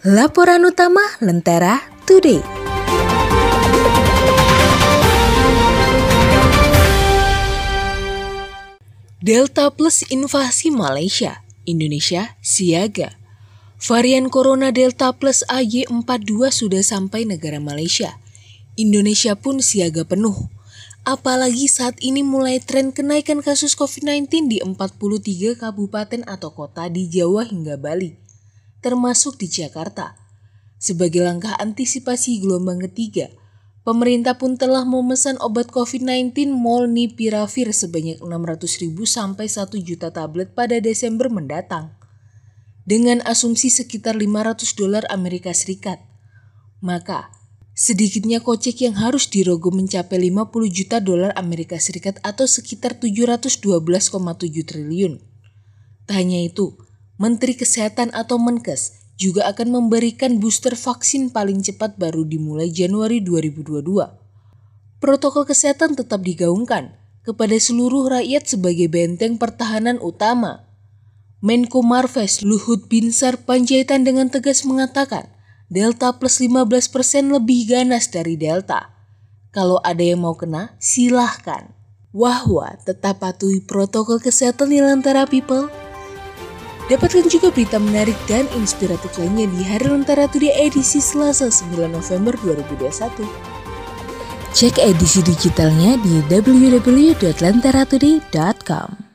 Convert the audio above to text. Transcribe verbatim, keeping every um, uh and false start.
Laporan utama Lentera Today. Delta plus invasi Malaysia, Indonesia siaga. Varian Corona Delta plus A Y empat dua sudah sampai negara Malaysia. Indonesia pun siaga penuh. Apalagi saat ini mulai tren kenaikan kasus covid sembilan belas di empat puluh tiga kabupaten atau kota di Jawa hingga Bali, termasuk di Jakarta. Sebagai langkah antisipasi gelombang ketiga, pemerintah pun telah memesan obat covid sembilan belas Molnupiravir sebanyak enam ratus ribu sampai satu juta tablet pada Desember mendatang. Dengan asumsi sekitar lima ratus dolar Amerika Serikat. Maka, sedikitnya kocek yang harus dirogoh mencapai lima puluh juta dolar Amerika Serikat atau sekitar tujuh ratus dua belas koma tujuh triliun. Tak hanya itu, Menteri Kesehatan atau Menkes juga akan memberikan booster vaksin paling cepat baru dimulai Januari dua ribu dua puluh dua. Protokol kesehatan tetap digaungkan kepada seluruh rakyat sebagai benteng pertahanan utama. Menko Marves Luhut Binsar Panjaitan dengan tegas mengatakan Delta plus lima belas persen lebih ganas dari Delta. Kalau ada yang mau kena, silahkan. Wahwa, tetap patuhi protokol kesehatan di Lentera People. Dapatkan juga berita menarik dan inspiratif lainnya di Hari Lentera Today edisi Selasa sembilan November dua ribu dua puluh satu. Cek edisi digitalnya di w w w dot lentera today dot com.